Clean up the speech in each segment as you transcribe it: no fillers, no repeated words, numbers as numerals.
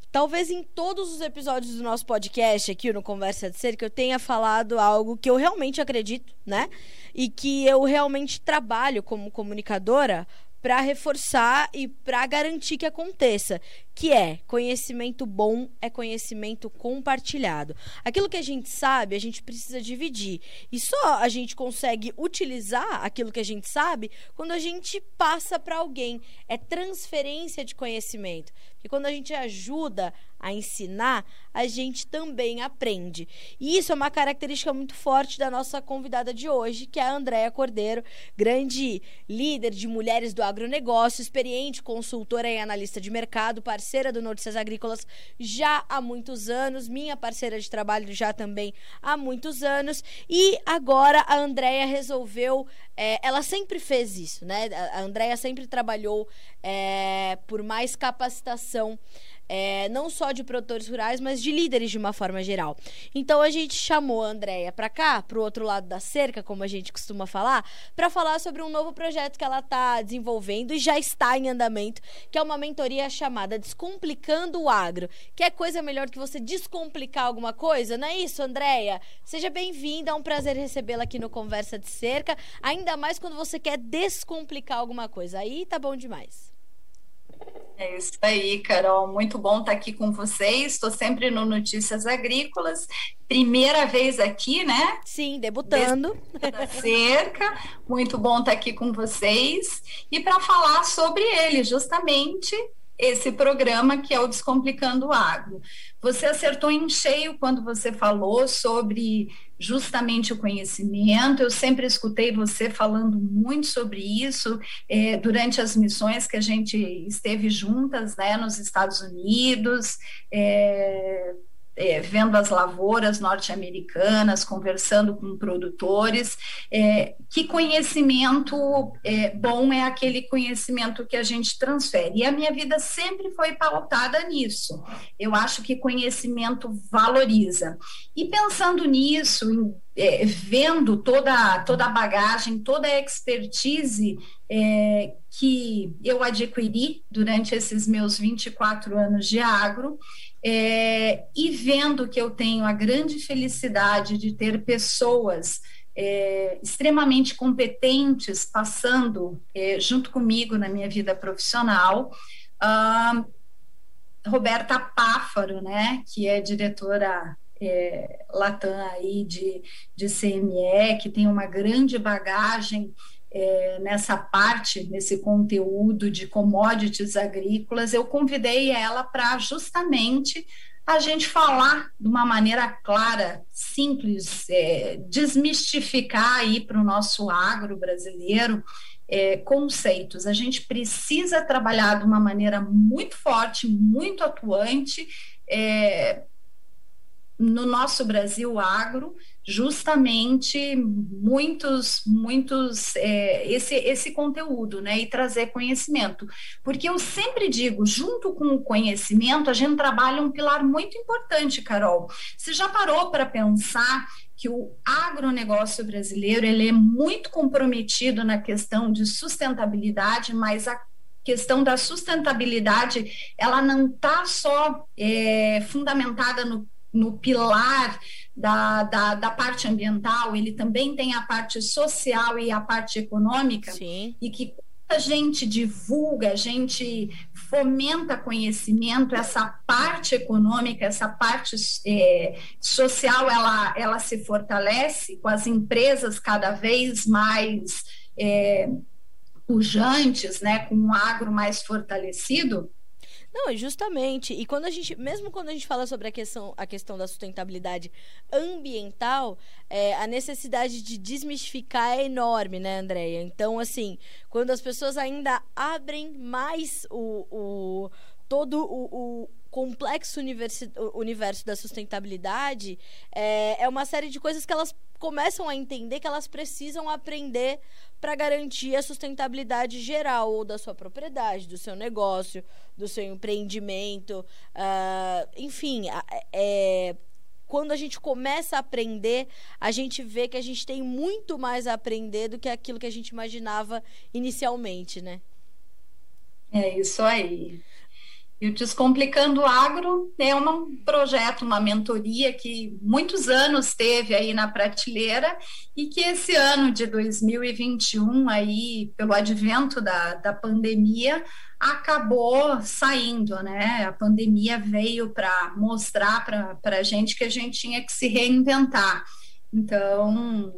talvez em todos os episódios do nosso podcast aqui no Conversa de Cerca eu tenha falado algo que eu realmente acredito, né? E que eu realmente trabalho como comunicadora para reforçar e para garantir que aconteça, que é conhecimento bom é conhecimento compartilhado. Aquilo que a gente sabe, a gente precisa dividir. E só a gente consegue utilizar aquilo que a gente sabe quando a gente passa para alguém. É transferência de conhecimento. Porque quando a gente ajuda a ensinar, a gente também aprende. E isso é uma característica muito forte da nossa convidada de hoje, que é a Andréia Cordeiro, grande líder de mulheres do agronegócio, experiente consultora e analista de mercado, parceira do Notícias Agrícolas já há muitos anos, minha parceira de trabalho já também há muitos anos, e agora a Andréia resolveu, ela sempre fez isso, né? A Andréia sempre trabalhou por mais capacitação, não só de produtores rurais, mas de líderes de uma forma geral. Então a gente chamou a Andréia para cá, para o outro lado da cerca, como a gente costuma falar, para falar sobre um novo projeto que ela está desenvolvendo e já está em andamento, que é uma mentoria chamada Descomplicando o Agro. Quer coisa melhor que você descomplicar alguma coisa? Não é isso, Andréia? Seja bem-vinda, é um prazer recebê-la aqui no Conversa de Cerca, ainda mais quando você quer descomplicar alguma coisa. Aí tá bom demais. É isso aí, Carol. Muito bom estar aqui com vocês. Estou sempre no Notícias Agrícolas. Primeira vez aqui, né? Sim, debutando. Da cerca. Muito bom estar aqui com vocês. E para falar sobre ele, justamente esse programa que é o Descomplicando o Agro. Você acertou em cheio quando você falou sobre justamente o conhecimento. Eu sempre escutei você falando muito sobre isso durante as missões que a gente esteve juntas, né, nos Estados Unidos, vendo as lavouras norte-americanas, conversando com produtores. Que conhecimento bom é aquele conhecimento que a gente transfere. E a minha vida sempre foi pautada nisso. Eu acho que conhecimento valoriza. E pensando nisso, vendo toda a bagagem, toda a expertise que eu adquiri durante esses meus 24 anos de agro, e vendo que eu tenho a grande felicidade de ter pessoas extremamente competentes passando junto comigo na minha vida profissional. Roberta Páfaro, né, que é diretora Latam aí de CME, que tem uma grande bagagem nessa parte, nesse conteúdo de commodities agrícolas. Eu convidei ela para justamente a gente falar de uma maneira clara, simples, desmistificar aí para o nosso agro brasileiro conceitos. A gente precisa trabalhar de uma maneira muito forte, muito atuante, no nosso Brasil agro, justamente esse conteúdo, né, e trazer conhecimento, porque eu sempre digo, junto com o conhecimento, a gente trabalha um pilar muito importante, Carol. Você já parou para pensar que o agronegócio brasileiro ele é muito comprometido na questão de sustentabilidade, mas a questão da sustentabilidade ela não está só fundamentada no pilar da parte ambiental, ele também tem a parte social e a parte econômica. Sim. E que a gente divulga, a gente fomenta conhecimento, essa parte econômica, essa parte social, ela se fortalece com as empresas cada vez mais pujantes, né, com um agro mais fortalecido. Não, justamente. E mesmo quando a gente fala sobre a questão da sustentabilidade ambiental, a necessidade de desmistificar é enorme, né, Andréia? Então, assim, quando as pessoas ainda abrem mais todo o complexo universo da sustentabilidade, é uma série de coisas que elas começam a entender que elas precisam aprender para garantir a sustentabilidade geral ou da sua propriedade, do seu negócio, do seu empreendimento, enfim, quando a gente começa a aprender, a gente vê que a gente tem muito mais a aprender do que aquilo que a gente imaginava inicialmente, né? É isso aí. E o Descomplicando o Agro é um projeto, uma mentoria que muitos anos teve aí na prateleira e que esse ano de 2021, aí, pelo advento da pandemia, acabou saindo, né? A pandemia veio para mostrar para a gente que a gente tinha que se reinventar. Então,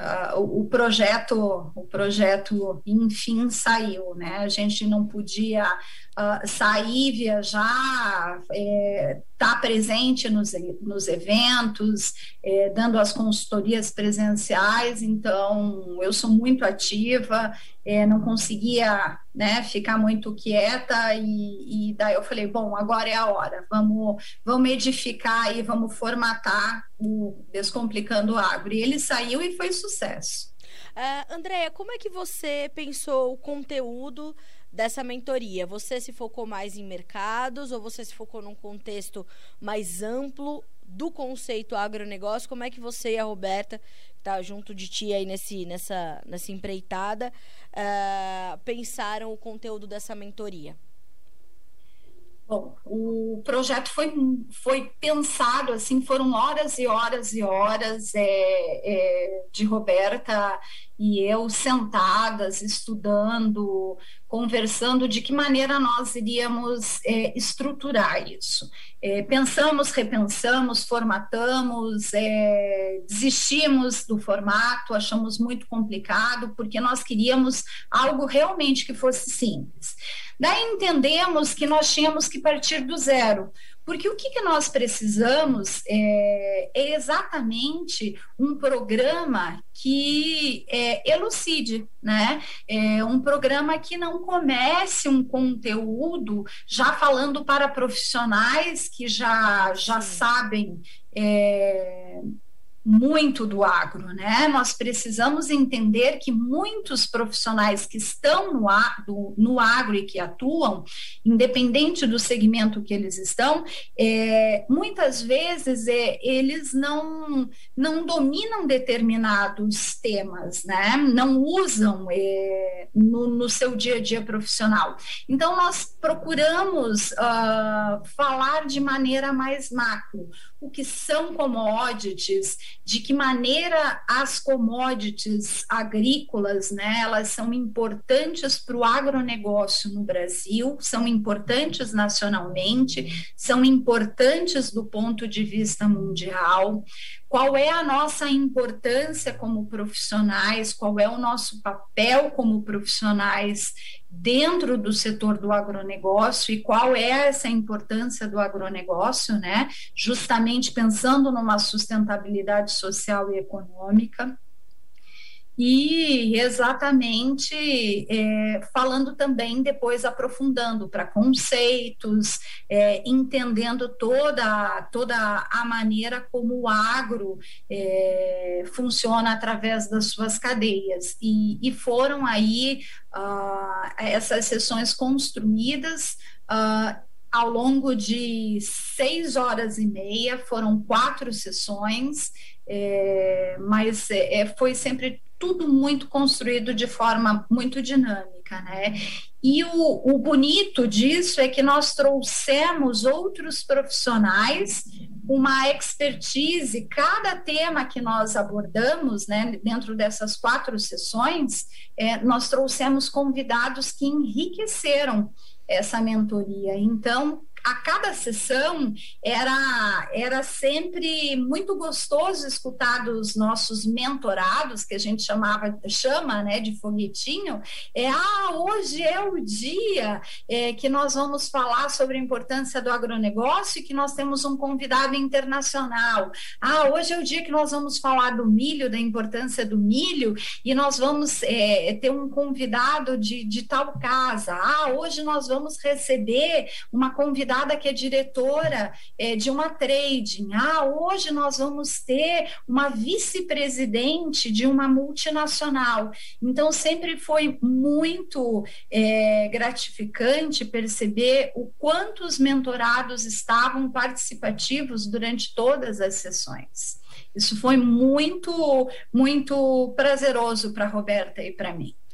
o projeto, enfim, saiu, né? A gente não podia sair, viajar, estar presente nos eventos, dando as consultorias presenciais. Então, eu sou muito ativa, não conseguia, né, ficar muito quieta, e daí eu falei, bom, agora é a hora, vamos edificar e vamos formatar o Descomplicando o Agro. E ele saiu e foi sucesso. Andréia, como é que você pensou o conteúdo dessa mentoria? Você se focou mais em mercados ou você se focou num contexto mais amplo do conceito agronegócio? Como é que você e a Roberta, que está junto de ti aí nessa empreitada, pensaram o conteúdo dessa mentoria? Bom, o projeto foi pensado, assim, foram horas e horas e horas de Roberta e eu sentadas, estudando, conversando de que maneira nós iríamos estruturar isso. Pensamos, repensamos, formatamos, desistimos do formato, achamos muito complicado, porque nós queríamos algo realmente que fosse simples. Daí entendemos que nós tínhamos que partir do zero, porque o que nós precisamos é exatamente um programa que elucide, né? Um programa que não comece um conteúdo já falando para profissionais que já sabem muito do agro, né? Nós precisamos entender que muitos profissionais que estão no agro e que atuam, independente do segmento que eles estão, muitas vezes eles não dominam determinados temas, né? Não usam no seu dia a dia profissional. Então, nós procuramos falar de maneira mais macro. O que são commodities, de que maneira as commodities agrícolas, né, elas são importantes para o agronegócio no Brasil, são importantes nacionalmente, são importantes do ponto de vista mundial. Qual é a nossa importância como profissionais, qual é o nosso papel como profissionais dentro do setor do agronegócio e qual é essa importância do agronegócio, né? Justamente pensando numa sustentabilidade social e econômica. E exatamente falando também, depois aprofundando para conceitos, entendendo toda a maneira como o agro funciona através das suas cadeias. E foram aí essas sessões construídas ao longo de 6 horas e meia, foram 4 sessões, mas foi sempre tudo muito construído de forma muito dinâmica, né? E o bonito disso é que nós trouxemos outros profissionais, uma expertise, cada tema que nós abordamos, né, dentro dessas 4 sessões, nós trouxemos convidados que enriqueceram essa mentoria. Então, a cada sessão era sempre muito gostoso escutar dos nossos mentorados, que a gente chama, né, de foguetinho. Hoje é o dia que nós vamos falar sobre a importância do agronegócio e que nós temos um convidado internacional. Hoje é o dia que nós vamos falar do milho, da importância do milho, e nós vamos ter um convidado de tal casa. Hoje nós vamos receber uma convidada que é diretora de uma trading. Hoje nós vamos ter uma vice-presidente de uma multinacional. Então, sempre foi muito gratificante perceber o quanto os mentorados estavam participativos durante todas as sessões. Isso foi muito, muito prazeroso para a Roberta e para mim.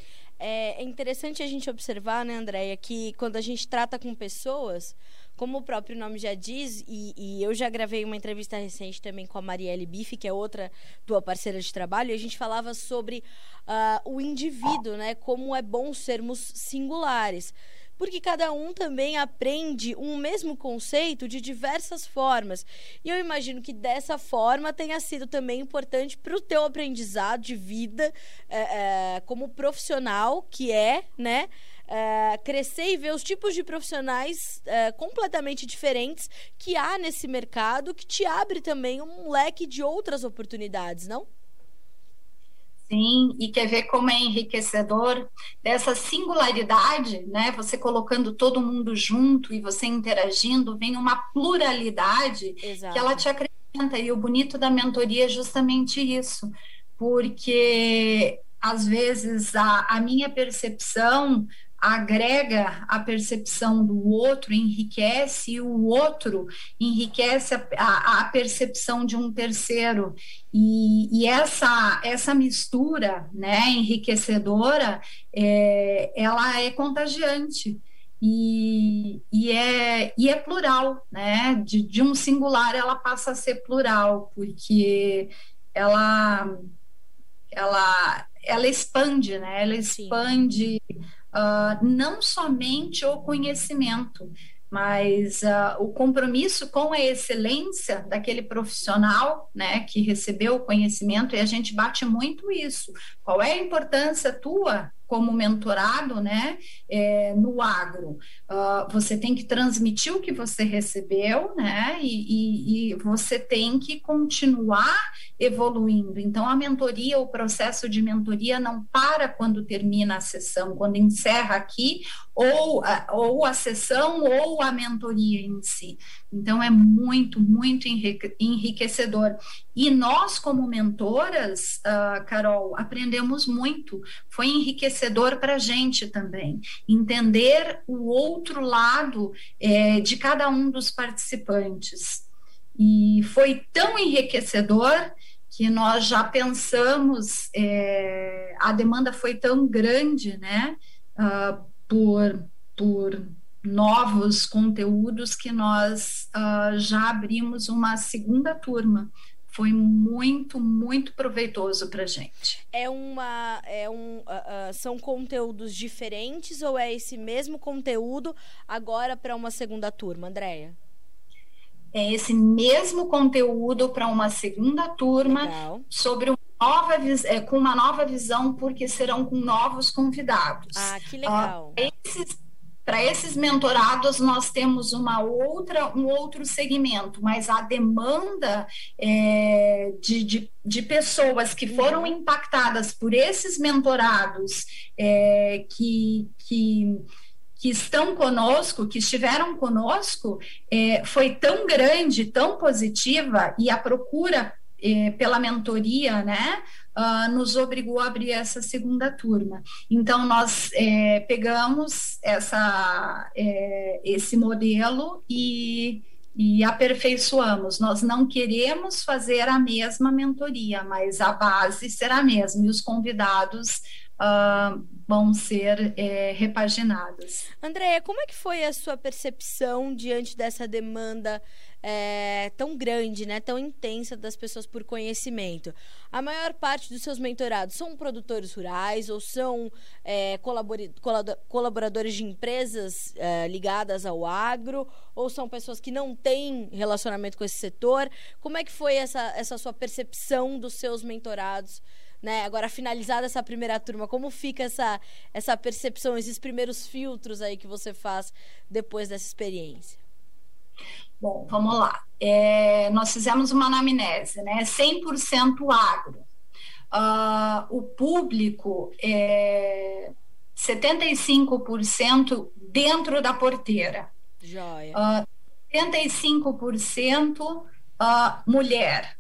é interessante a gente observar, né, Andréia, que quando a gente trata com pessoas, como o próprio nome já diz, e eu já gravei uma entrevista recente também com a Marielle Bife, que é outra tua parceira de trabalho, e a gente falava sobre o indivíduo, né, como é bom sermos singulares. Porque cada um também aprende um mesmo conceito de diversas formas. E eu imagino que dessa forma tenha sido também importante para o teu aprendizado de vida como profissional, que é, né, crescer e ver os tipos de profissionais completamente diferentes que há nesse mercado, que te abre também um leque de outras oportunidades, não? Sim, e quer ver como é enriquecedor dessa singularidade, né? Você colocando todo mundo junto e você interagindo, vem uma pluralidade que ela Exato. te acrescenta. E o bonito da mentoria é justamente isso, porque às vezes a minha percepção agrega a percepção do outro, enriquece, e o outro enriquece a percepção de um terceiro. E essa mistura, né, enriquecedora, ela é contagiante. E é plural, né? De um singular ela passa a ser plural, porque ela, ela expande, né? Ela Sim. expande não somente o conhecimento, mas o compromisso com a excelência daquele profissional, né, que recebeu o conhecimento, e a gente bate muito isso. Qual é a importância tua como mentorado, né, no agro? Você tem que transmitir o que você recebeu, né, e você tem que continuar evoluindo. Então, a mentoria, o processo de mentoria não para quando termina a sessão, quando encerra aqui, ou a sessão ou a mentoria em si. Então, é muito, muito enriquecedor. E nós, como mentoras, Carol, aprendemos muito. Foi enriquecedor para a gente também. Entender o outro lado de cada um dos participantes. E foi tão enriquecedor que nós já pensamos, a demanda foi tão grande, né, por novos conteúdos, que nós já abrimos uma segunda turma. Foi muito, muito proveitoso para a gente. São conteúdos diferentes ou é esse mesmo conteúdo agora para uma segunda turma, Andréia? É esse mesmo conteúdo para uma segunda turma. Legal. Sobre com uma nova visão, porque serão com novos convidados. Ah, que legal. Para esses mentorados, nós temos um outro segmento, mas a demanda de pessoas que foram impactadas por esses mentorados que estão conosco, que estiveram conosco, foi tão grande, tão positiva, e a procura pela mentoria, né, nos obrigou a abrir essa segunda turma. Então, nós pegamos esse modelo e aperfeiçoamos. Nós não queremos fazer a mesma mentoria, mas a base será a mesma, e os convidados vão ser repaginados. Andréia, como é que foi a sua percepção diante dessa demanda tão grande, né, tão intensa das pessoas por conhecimento? A maior parte dos seus mentorados são produtores rurais ou são colaboradores de empresas ligadas ao agro, ou são pessoas que não têm relacionamento com esse setor? Como é que foi essa sua percepção dos seus mentorados? Né? Agora, finalizada essa primeira turma, como fica essa percepção, esses primeiros filtros aí que você faz depois dessa experiência? Bom, vamos lá. Nós fizemos uma anamnese, né? 100% agro. O público 75% dentro da porteira. Joia. 75% mulher.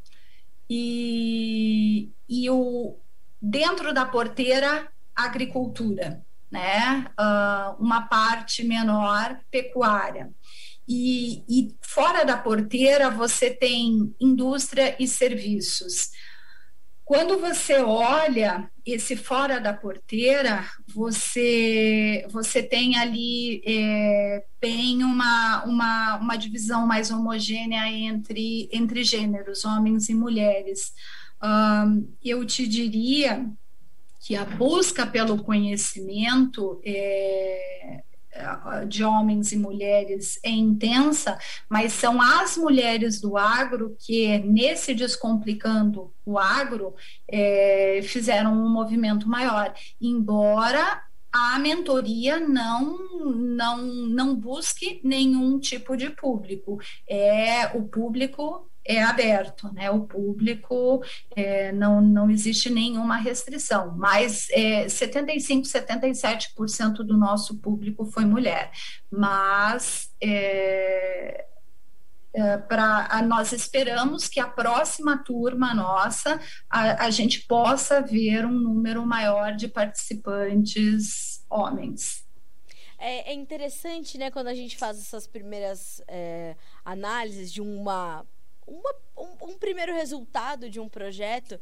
E dentro da porteira, agricultura, né? Uma parte menor, pecuária. E fora da porteira, você tem indústria e serviços. Quando você olha esse fora da porteira, você tem ali bem uma divisão mais homogênea entre gêneros, homens e mulheres. Eu te diria que a busca pelo conhecimento de homens e mulheres é intensa, mas são as mulheres do agro que, nesse Descomplicando o Agro, fizeram um movimento maior, embora a mentoria não busque nenhum tipo de público. O público é aberto, né? O público não existe nenhuma restrição, mas 75, 77% do nosso público foi mulher, mas nós esperamos que a próxima turma nossa a gente possa ver um número maior de participantes homens. É interessante, né, quando a gente faz essas primeiras análises de um primeiro resultado de um projeto,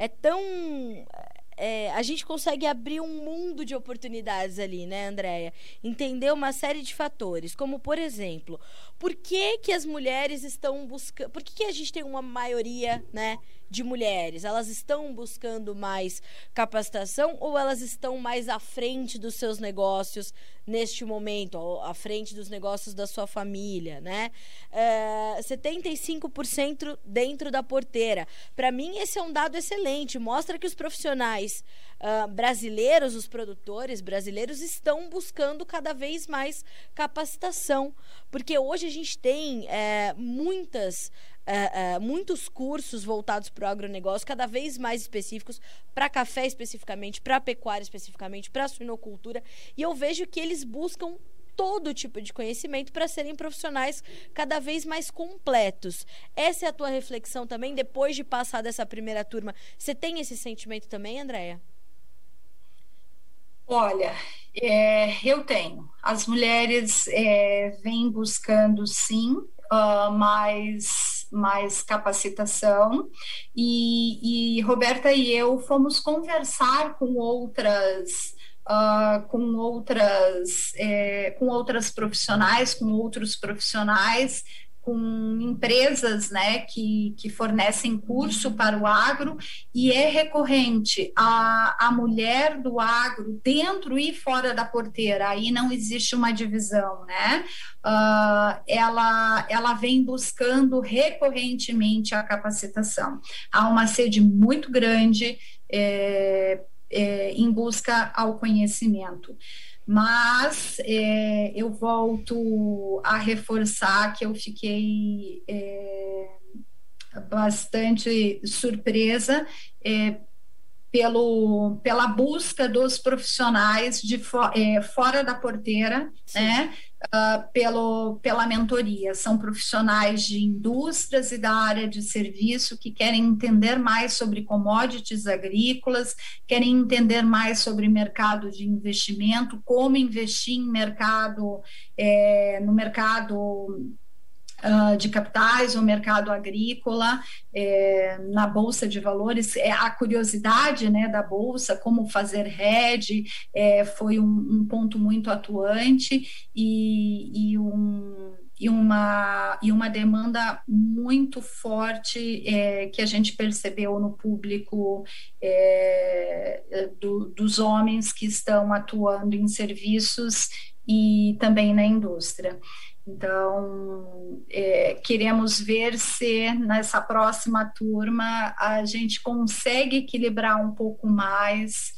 a gente consegue abrir um mundo de oportunidades ali, né, Andréia? Entender uma série de fatores, como, por exemplo, por que as mulheres estão buscando... Por que a gente tem uma maioria, né, de mulheres? Elas estão buscando mais capacitação ou elas estão mais à frente dos seus negócios neste momento, à frente dos negócios da sua família, né? 75% dentro da porteira. Para mim, esse é um dado excelente. Mostra que os profissionais brasileiros, os produtores brasileiros, estão buscando cada vez mais capacitação. Porque hoje a gente tem muitos cursos voltados para o agronegócio, cada vez mais específicos, para café especificamente, para pecuária especificamente, para suinocultura, e eu vejo que eles buscam todo tipo de conhecimento para serem profissionais cada vez mais completos. Essa é a tua reflexão também, depois de passar dessa primeira turma? Você tem esse sentimento também, Andréia? Olha, eu tenho. As mulheres vêm buscando, sim, mais capacitação, e Roberta e eu fomos conversar com outras profissionais, com outros profissionais, com empresas, né, que fornecem curso para o agro, e é recorrente a mulher do agro dentro e fora da porteira. Aí não existe uma divisão, né? Ela vem buscando recorrentemente a capacitação. Há uma sede muito grande em busca ao conhecimento. Mas eu volto a reforçar que eu fiquei bastante surpresa pela busca dos profissionais fora da porteira, né? Pela mentoria. São profissionais de indústrias e da área de serviço que querem entender mais sobre commodities agrícolas, querem entender mais sobre mercado de investimento, como investir em no mercado de capitais, o mercado agrícola, na Bolsa de Valores, a curiosidade, né, da Bolsa, como fazer hedge, foi um ponto muito atuante e uma demanda muito forte que a gente percebeu no público dos homens que estão atuando em serviços e também na indústria. Então, queremos ver se nessa próxima turma a gente consegue equilibrar um pouco mais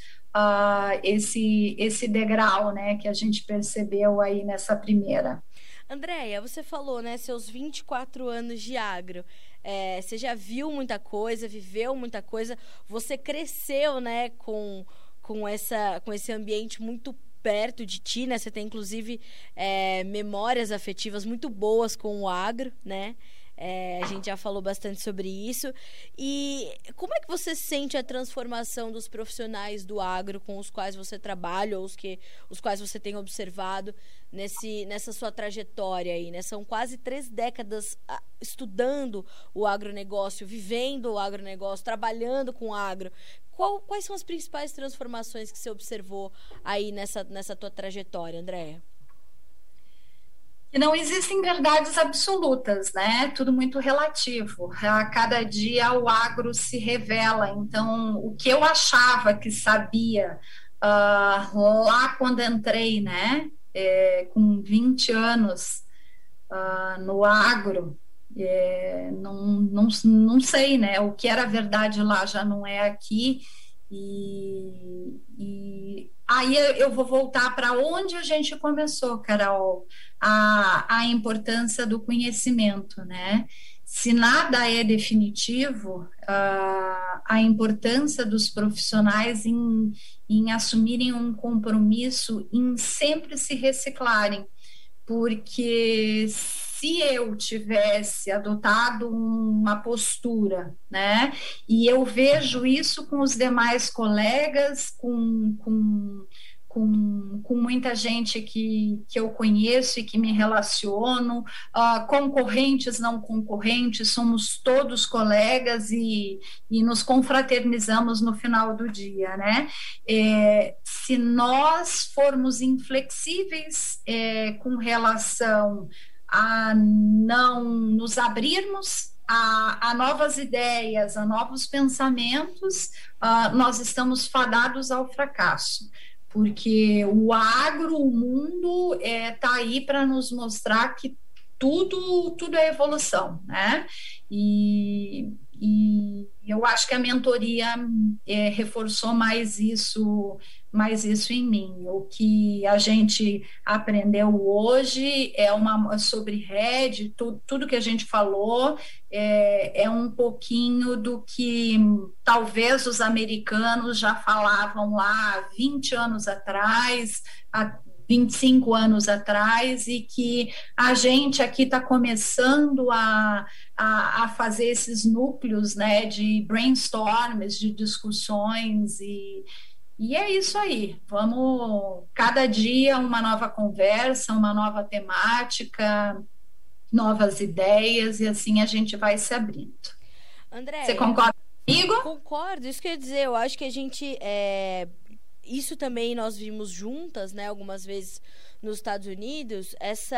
esse degrau, né, que a gente percebeu aí nessa primeira. Andréia, você falou, né, seus 24 anos de agro, você já viu muita coisa, viveu muita coisa, você cresceu, né, com esse ambiente muito perto de ti, né? Você tem, inclusive, memórias afetivas muito boas com o agro, né? A gente já falou bastante sobre isso. E como é que você sente a transformação dos profissionais do agro com os quais você trabalha, ou os quais você tem observado nessa sua trajetória aí, né? São quase 3 décadas estudando o agronegócio, vivendo o agronegócio, trabalhando com o agro. Quais são as principais transformações que você observou aí nessa tua trajetória, Andréia? Que não existem verdades absolutas, né? Tudo muito relativo. A cada dia o agro se revela. Então, o que eu achava que sabia lá quando entrei, né? Com 20 anos no agro, não sei, né? O que era verdade lá já não é aqui. E aí eu vou voltar para onde a gente começou, Carol, a importância do conhecimento, né? Se nada é definitivo, a importância dos profissionais em assumirem um compromisso, em sempre se reciclarem, porque se eu tivesse adotado uma postura, né, e eu vejo isso com os demais colegas, com muita gente que eu conheço e que me relaciono, concorrentes, não concorrentes, somos todos colegas e nos confraternizamos no final do dia, né? Se nós formos inflexíveis com relação a não nos abrirmos a novas ideias, a novos pensamentos, nós estamos fadados ao fracasso, porque o agro, o mundo está aí para nos mostrar que tudo é evolução, né? E eu acho que a mentoria reforçou mais isso em mim. O que a gente aprendeu hoje sobre RED, tudo que a gente falou é um pouquinho do que talvez os americanos já falavam lá há 20 anos atrás, há 25 anos atrás, e que a gente aqui está começando a fazer esses núcleos, né, de brainstorms, de discussões, e é isso aí. Vamos, cada dia uma nova conversa, uma nova temática, novas ideias, e assim a gente vai se abrindo. André, você concorda comigo? Concordo, isso quer dizer, eu acho que a gente... Isso também nós vimos juntas, né, algumas vezes nos Estados Unidos,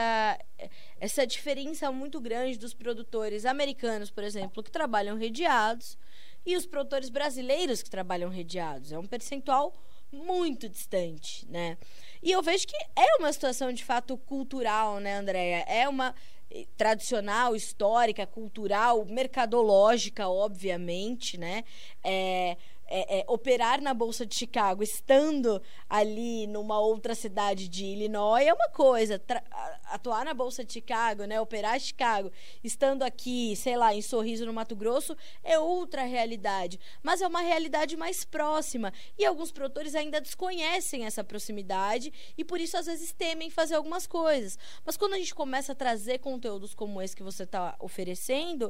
essa diferença muito grande dos produtores americanos, por exemplo, que trabalham redeados, e os produtores brasileiros que trabalham redeados. É um percentual muito distante, né? E eu vejo que é uma situação, de fato, cultural, né, Andréia? É uma tradicional, histórica, cultural, mercadológica, obviamente, né? Operar na Bolsa de Chicago, estando ali numa outra cidade de Illinois, é uma coisa. Atuar na Bolsa de Chicago, né, operar em Chicago, estando aqui, sei lá, em Sorriso, no Mato Grosso, é outra realidade. Mas é uma realidade mais próxima. E alguns produtores ainda desconhecem essa proximidade e, por isso, às vezes, temem fazer algumas coisas. Mas quando a gente começa a trazer conteúdos como esse que você está oferecendo,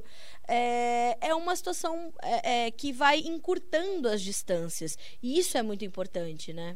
é uma situação que vai encurtando as distâncias. E isso é muito importante, né?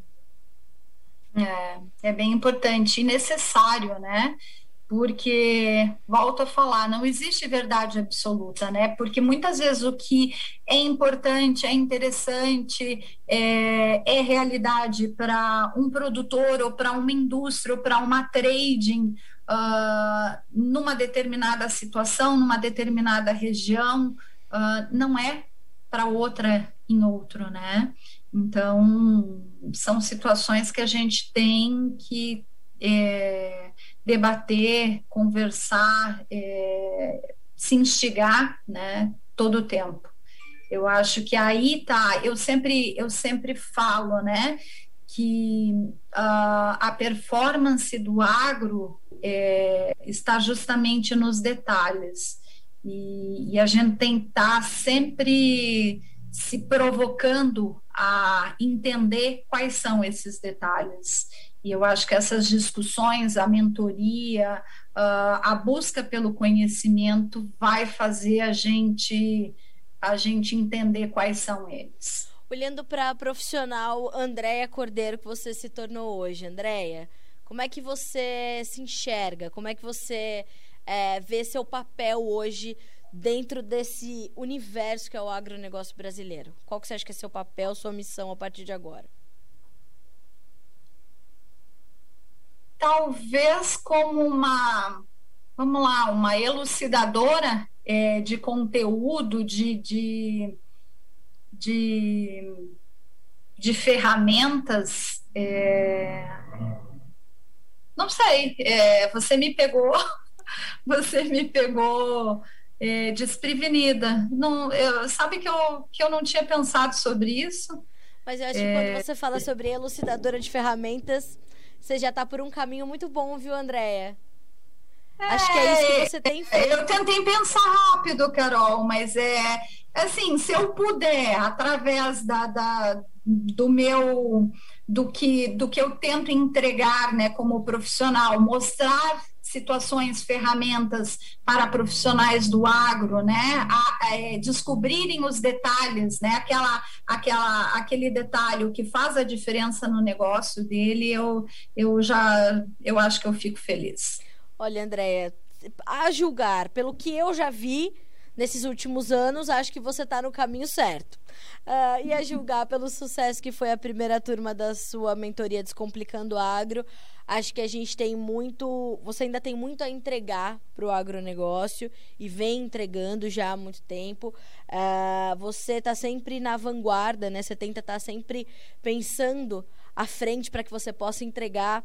É bem importante e necessário, né? Porque, volto a falar, não existe verdade absoluta, né? Porque muitas vezes o que é importante, é interessante, é realidade para um produtor ou para uma indústria ou para uma trading numa determinada situação, numa determinada região, não é para outra em outro, né? Então, são situações que a gente tem que debater, conversar, se instigar, né? Todo o tempo. Eu acho que aí tá. Eu sempre falo, né? Que a performance do agro está justamente nos detalhes. E a gente tem que estar sempre se provocando a entender quais são esses detalhes. E eu acho que essas discussões, a mentoria, a busca pelo conhecimento vai fazer a gente entender quais são eles. Olhando para a profissional Andréia Cordeiro que você se tornou hoje, Andréia, como é que você se enxerga? Como é que você vê seu papel hoje dentro desse universo que é o agronegócio brasileiro? Qual que você acha que é seu papel, sua missão a partir de agora? Talvez como uma elucidadora de conteúdo, de ferramentas. Não sei, você me pegou desprevenida. Não, sabe que eu não tinha pensado sobre isso. Mas eu acho que quando você fala sobre elucidadora de ferramentas, você já está por um caminho muito bom, viu, Andréia? Acho que é isso que você tem feito. Eu tentei pensar rápido, Carol, mas assim, se eu puder, através do que eu tento entregar, né, como profissional, mostrar situações, ferramentas para profissionais do agro, né, descobrirem os detalhes, né, aquele detalhe que faz a diferença no negócio dele, eu acho que eu fico feliz. Olha, Andréia, a julgar pelo que eu já vi nesses últimos anos, acho que você está no caminho certo. E a julgar pelo sucesso que foi a primeira turma da sua mentoria Descomplicando Agro, acho que a gente tem muito... Você ainda tem muito a entregar para o agronegócio e vem entregando já há muito tempo. Você está sempre na vanguarda, né? Você tenta estar sempre pensando à frente para que você possa entregar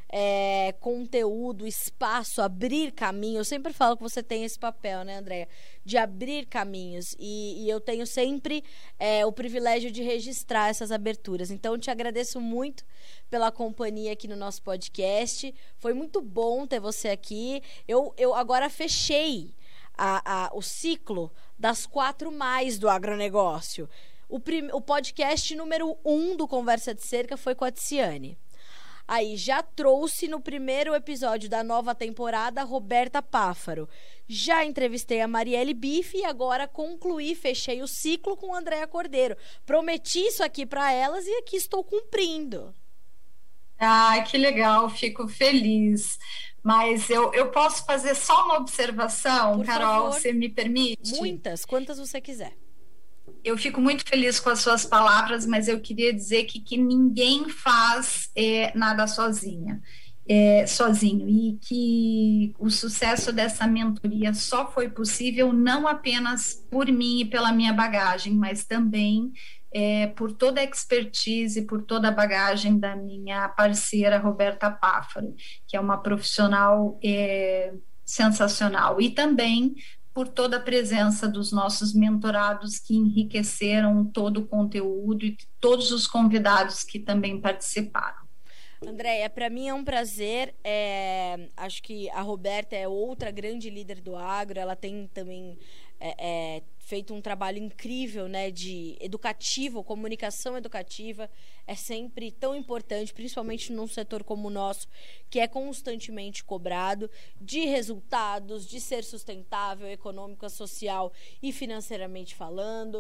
conteúdo, espaço, abrir caminho. Eu sempre falo que você tem esse papel, né, Andréia? De abrir caminhos. E eu tenho sempre o privilégio de registrar essas aberturas. Então, eu te agradeço muito pela companhia aqui no nosso podcast. Foi muito bom ter você aqui. Eu agora fechei o ciclo das 4 mais do agronegócio. O podcast número 1 do Conversa de Cerca foi com a Tiziane. Aí já trouxe no primeiro episódio da nova temporada a Roberta Páfaro. Já entrevistei a Marielle Bife e agora fechei o ciclo com a Andréia Cordeiro. Prometi isso aqui para elas e aqui estou cumprindo. Ai, que legal, fico feliz. Mas eu posso fazer só uma observação, Por Carol, favor. você me permite? Muitas, quantas você quiser. Eu fico muito feliz com as suas palavras, mas eu queria dizer que ninguém faz nada sozinho, e que o sucesso dessa mentoria só foi possível não apenas por mim e pela minha bagagem, mas também por toda a expertise, por toda a bagagem da minha parceira Roberta Páfaro, que é uma profissional sensacional, e também por toda a presença dos nossos mentorados que enriqueceram todo o conteúdo e todos os convidados que também participaram. Andréia, para mim é um prazer. Acho que a Roberta é outra grande líder do agro. Ela tem também feito um trabalho incrível, né, de educativo, comunicação educativa. É sempre tão importante, principalmente num setor como o nosso, que é constantemente cobrado de resultados, de ser sustentável, econômica, social e financeiramente falando.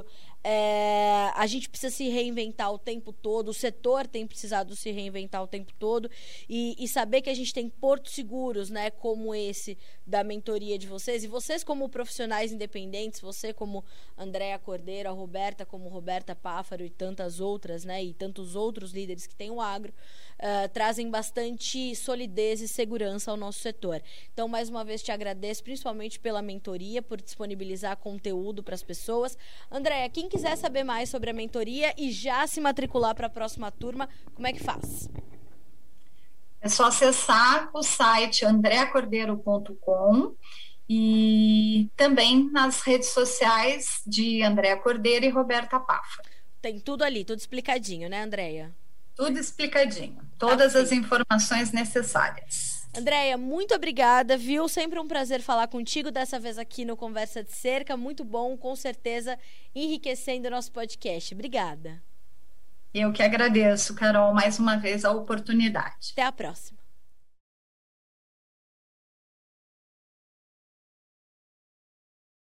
A gente precisa se reinventar o tempo todo, o setor tem precisado se reinventar o tempo todo e saber que a gente tem portos seguros, né, como esse da mentoria de vocês, e vocês como profissionais independentes, você como Andréia Cordeiro, a Roberta como Roberta Páfaro e tantas outras, né, e tantos outros líderes que tem o agro, trazem bastante solidez e segurança ao nosso setor. Então, mais uma vez, te agradeço, principalmente pela mentoria, por disponibilizar conteúdo para as pessoas. Andréia, quem quiser saber mais sobre a mentoria e já se matricular para a próxima turma, como é que faz? É só acessar o site andreacordeiro.com e também nas redes sociais de Andréia Cordeiro e Roberta Páfaro. Tem tudo ali, tudo explicadinho, né, Andréia? Tudo explicadinho, todas as informações necessárias. Andréia, muito obrigada, viu? Sempre um prazer falar contigo, dessa vez aqui no Conversa de Cerca, muito bom, com certeza enriquecendo o nosso podcast. Obrigada. Eu que agradeço, Carol, mais uma vez a oportunidade. Até a próxima.